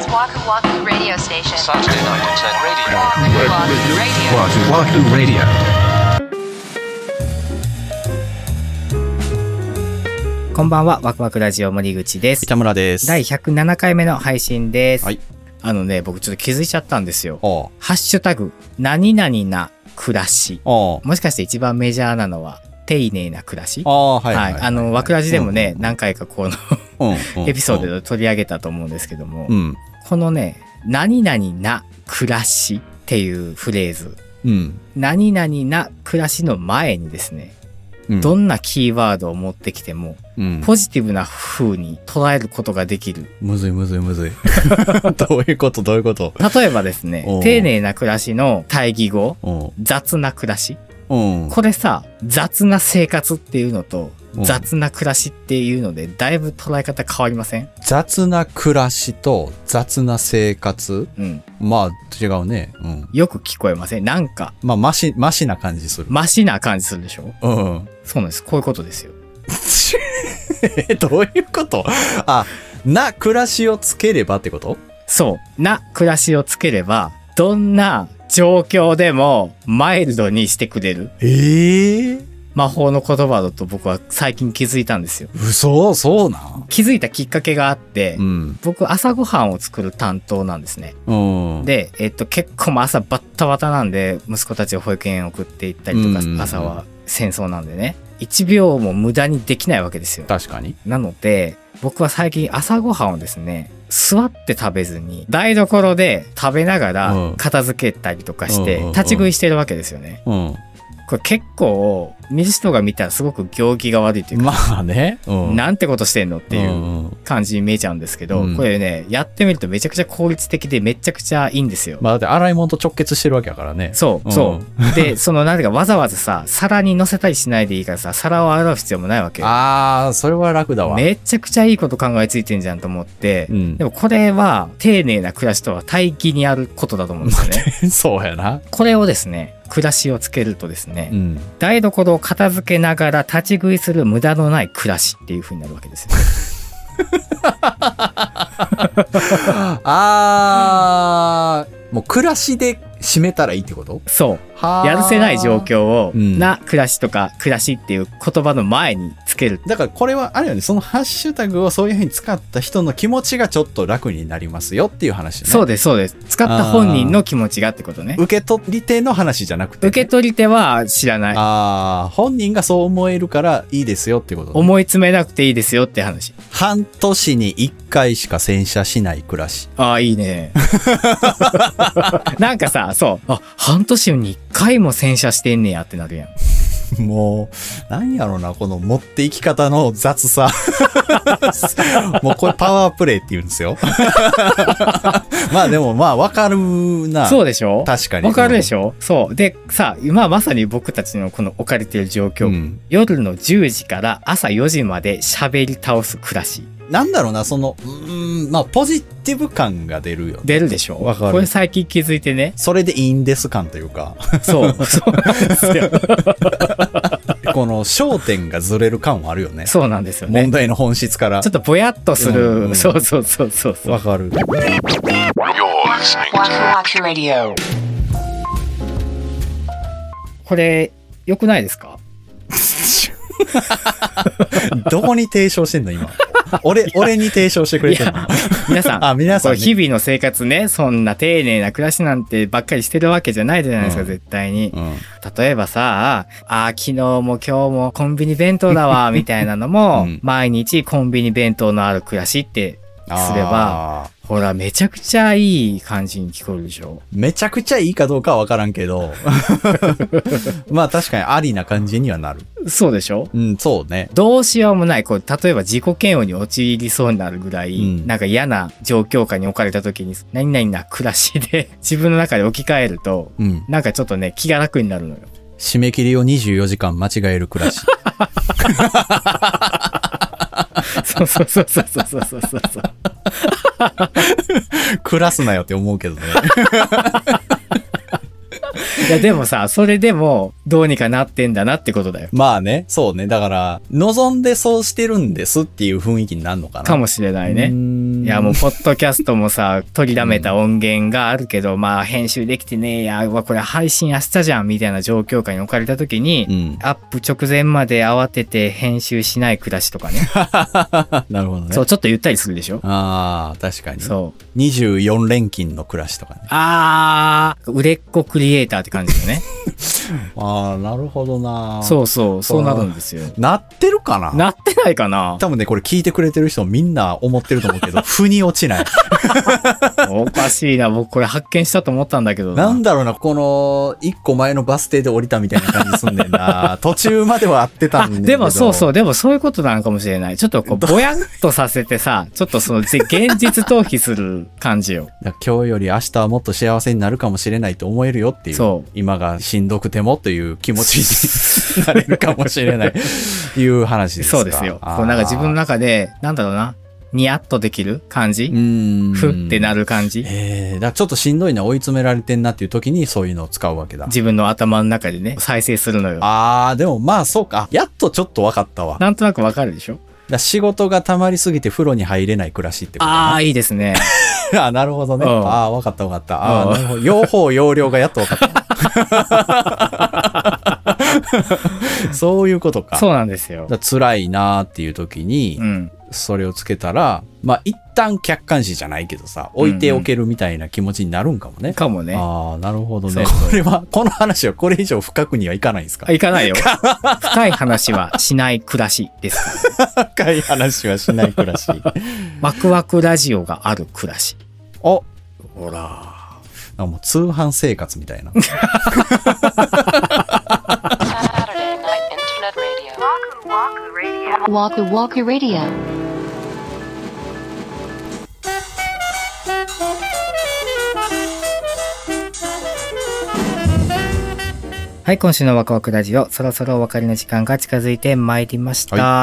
Waku Waku Radio Station. Saturday night at 10 radio. Waku Waku Radio. Wahoo Radio。 こんばんは、ワクワクラジオ森口です。 三田村です。 第107回目の配信です。 はい。 僕ちょっと気づいちゃったんですよ。 おハッシュタグ、何々な暮らし。 おもしかして一番メジャーなのは、丁寧な暮らし。 はいはい、はい。 ワクラジでもね、何回かこのエピソードで。 で取り上げたと思うんですけども、 うん。 このね、何々な暮らしっていうフレーズ、 うん。 何々な暮らしの前にですね、どんなキーワードを持ってきても、ポジティブな風に捉えることができる。 むずい。どういうこと例えばですね、丁寧な暮らしの対義語、雑な暮らし。これさ、雑な生活っていうのと、雑な暮らしっていうので、だいぶ捉え方変わりません？ 雑な暮らしと雑な生活、まあ違うね。 よく聞こえません？なんか。 まあマシな感じする。 マシな感じするでしょ？そうなんです。こういうことですよ。 どういうこと？な暮らしをつければってこと？ そう。な暮らしをつければ、どんな状況でもマイルドにしてくれる。魔法の言葉だと僕は最近気づいたんですよ。 嘘？そうなん？ 気づいたきっかけがあって、僕朝ごはんを作る担当なんですね。で、結構朝バッタバタなんで、息子たちを保育園送って行ったりとか、朝は戦争なんでね、1秒も無駄にできないわけですよ。 確かに。 なので、僕は最近朝ごはんをですね、座って食べずに台所で食べながら片付けたりとかして立ち食いしてるわけですよね。これ結構見る人が見たらすごく行儀が悪いというか、 まあね、 なんてことしてんのっていう感じに見えちゃうんですけど、これね、やってみるとめちゃくちゃ効率的でめちゃくちゃいいんですよ。 まあだって洗い物と直結してるわけだからね。 そう。で、なんていうかわざわざさ、皿に乗せたりしないでいいからさ、皿を洗う必要もないわけよ。 それは楽だわ。 めちゃくちゃいいこと考えついてんじゃんと思って、でもこれは丁寧な暮らしとは対義にあることだと思うんですよね。 そうやな。 これをですね、暮らしをつけるとですね、台所を片付けながら立ち食いする無駄のない暮らしっていう風になるわけですよ。 もう暮らしで締めたらいいってこと？そう。 やるせない状況を、な暮らしとか暮らしっていう言葉の前につける。 だからこれはあれよね、そのハッシュタグをそういう風に使った人の気持ちがちょっと楽になりますよっていう話ね。 そうです。使った本人の気持ちがってことね。 受け取り手の話じゃなくて、 受け取り手は知らない。 本人がそう思えるからいいですよっていうことね。 思い詰めなくていいですよって話。 半年に1回しか洗車しない暮らし。 いいね。なんかさ、半年に1回も洗車してんねやってなるやん。 もう、なんやろうな、この持っていき方の雑さ。もうこれパワープレイって言うんですよ。まあでもわかるな。 そうでしょ？ 確かに。 わかるでしょ？そう。で、さ、今まさに僕たちのこの置かれている状況、夜の10時から朝4時まで喋り倒す暮らし。 なんだろうな、ポジティブ感が出るよね。 出るでしょ？わかる。これ最近気づいてね。 それでいいんです感というか。 そうなんですよ。 この焦点がずれる感はあるよね。 そうなんですよね。 問題の本質から。 ちょっとぼやっとする。そう。 わかる。 これ、良くないですか？ どこに提唱してんの今。俺に提唱してくれてるの？ 皆さん、 皆さん、ね、 日々の生活ね、そんな丁寧な暮らしなんてばっかりしてるわけじゃないじゃないですか、絶対に。例えばさ、昨日も今日もコンビニ弁当だわ、みたいなのも、毎日コンビニ弁当のある暮らしってすれば、ほら、めちゃくちゃいい感じに聞こえるでしょ？ めちゃくちゃいいかどうかはわからんけど。まあ確かにありな感じにはなる。 そうでしょ？ そうね。 どうしようもない、例えば自己嫌悪に陥りそうになるぐらい、なんか嫌な状況下に置かれた時に、何々な暮らしで自分の中で置き換えると、なんかちょっとね、気が楽になるのよ。 締め切りを24時間間違える暮らし。 そう。 暮らすなよって思うけどね。 いやでもさ、それでもどうにかなってんだなってことだよ。 まあね、そうね。だから、望んでそうしてるんですっていう雰囲気になるのかな。 かもしれないね。いや、もう、ポッドキャストもさ、取りだめた音源があるけど、まあ、編集できてねえや、うわ、これ配信明日じゃん、みたいな状況下に置かれた時に、アップ直前まで慌てて編集しない暮らしとかね。 なるほどね。 そう、ちょっとゆったりするでしょ。 ああ、確かに。 そう。 24連勤の暮らしとかね。 売れっ子クリエイターって感じだよね。 ああ、なるほどな。 そうそう、そうなるんですよ。 なってるかな。 なってないかな。 多分ね、これ聞いてくれてる人みんな思ってると思うけど、腑に落ちない。 おかしいな。僕これ発見したと思ったんだけどな。 なんだろうな、この、一個前のバス停で降りたみたいな感じすんねんな。途中までは合ってたんだけど。 でもそうそう、でもそういうことなのかもしれない。ちょっとこう、ぼやっとさせてさ、ちょっとその、現実逃避する感じよ。 今日より明日はもっと幸せになるかもしれないと思えるよっていう。そう。今がしんどくてもという気持ちになれるかもしれない。いう話ですか。 そうですよ。こうなんか自分の中で、なんだろうな。ニヤッとできる感じふってなる感じ。 だからちょっとしんどいな、追い詰められてんなっていう時にそういうのを使うわけだ。 自分の頭の中でね、再生するのよ。 でもまあそうか。やっとちょっと分かったわ。 なんとなく分かるでしょ。 仕事が溜まりすぎて風呂に入れない暮らしってことだね。 いいですね。 なるほどね。分かった分かった。なるほど。用法用量がやっと分かった。そういうことか。 そうなんですよ。 辛いなーっていう時に、それをつけたら、まあ一旦客観視じゃないけどさ、置いておけるみたいな気持ちになるんかもね。 かもね。 なるほどね。この話はこれ以上深くにはいかないんですか？ いかないよ。深い話はしない暮らしです。 深い話はしない暮らし。 ワクワクラジオがある暮らし。 ほら。もう通販生活みたいな。 Saturday Night Internet Radio. Waku Waku Radio. はい、今週のワクワクラジオ、そろそろお別れの時間が近づいてまいりました。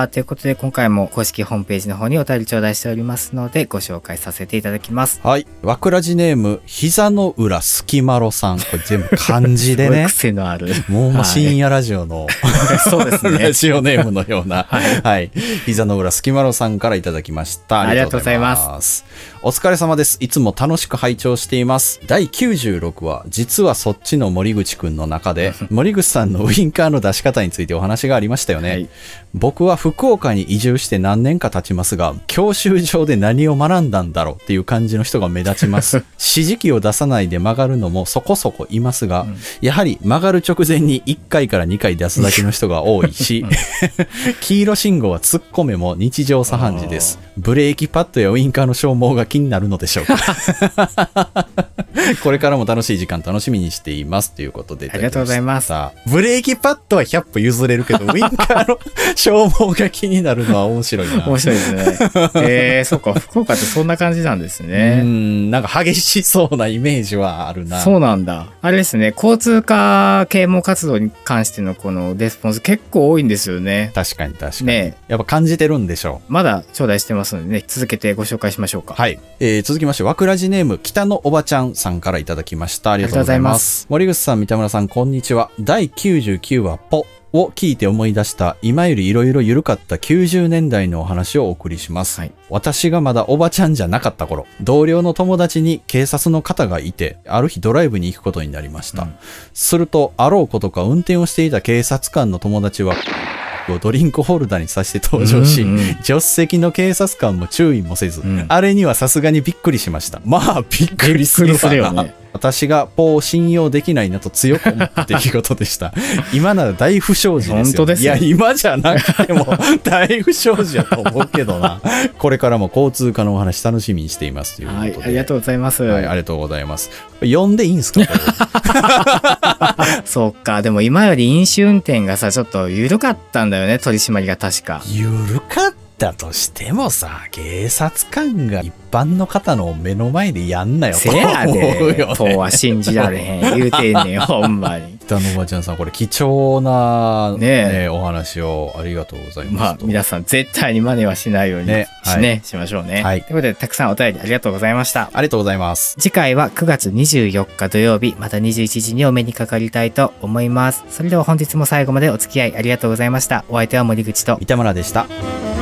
ということで、今回も公式ホームページの方にお便り頂戴しておりますので、ご紹介させていただきます。 はい。ワクラジネーム、膝の裏すきまろさん。これ全部漢字でね。 癖のある。 もう深夜ラジオの、 そうですね。 ラジオネームのような。はい。膝の裏すきまろさんからいただきました。 ありがとうございます。 お疲れ様です。いつも楽しく拝聴しています。第96話、実はそっちの森口くんの中で、森口さんのウインカーの出し方についてお話がありましたよね。はい、僕は福岡に移住して何年か経ちますが、教習所で何を学んだんだろうっていう感じの人が目立ちます。指示器を出さないで曲がるのもそこそこいますが、やはり曲がる直前に1回から2回出すだけの人が多いし、黄色信号は突っ込めも日常茶飯事です。ブレーキパッドやウインカーの消耗が気になるのでしょうか。これからも楽しい時間楽しみにしていますということでいただきました。 ありがとうございます。 ブレーキパッドは100歩譲れるけど、ウインカーの消耗が気になるのは面白いな。 面白いですね。そうか、福岡ってそんな感じなんですね。 なんか激しそうなイメージはあるな。 そうなんだ。あれですね、交通課啓蒙活動に関してのこのレスポンス結構多いんですよね。 確かに確かに。ね、やっぱ感じてるんでしょう。 まだ頂戴してますのでね、続けてご紹介しましょうか。 はい。続きまして、ワクラジネーム、北のおばちゃんさんからいただきました。ありがとうございます。森口さん、三田村さん、こんにちは。第99話、ポを聞いて思い出した、今よりいろいろ緩かった90年代のお話をお送りします。はい、私がまだおばちゃんじゃなかった頃、同僚の友達に警察の方がいて、ある日ドライブに行くことになりました。すると、あろうことか運転をしていた警察官の友達は、ドリンクホルダーにさして登場し、助手席の警察官も注意もせず、あれにはさすがにびっくりしました。まあ、びっくりするよね。私がポー信用できないなと強く思った出来事でした。今なら大不祥事ですよ。 本当ですね。 いや、今じゃなくても大不祥事やと思うけどな。これからも交通課のお話楽しみにしていますということで。 はい、ありがとうございます。 はい、ありがとうございます。呼んでいいんですか？ そうか、でも今より飲酒運転がさ、ちょっと緩かったんだよね、取り締まりが確か。 緩かったとしてもさ、警察官が一般の方の目の前でやんなよと思うよね。 せやで、とは信じられへん言うてんねん、ほんまに。 北のおばちゃんさん、これ貴重な、ね、お話をありがとうございます。 まあ、皆さん絶対に真似はしないようにしましょうね。はい。ということで、たくさんお便りありがとうございました。 ありがとうございます。 次回は9月24日土曜日、また21時にお目にかかりたいと思います。それでは本日も最後までお付き合いありがとうございました。お相手は森口と三田村でした。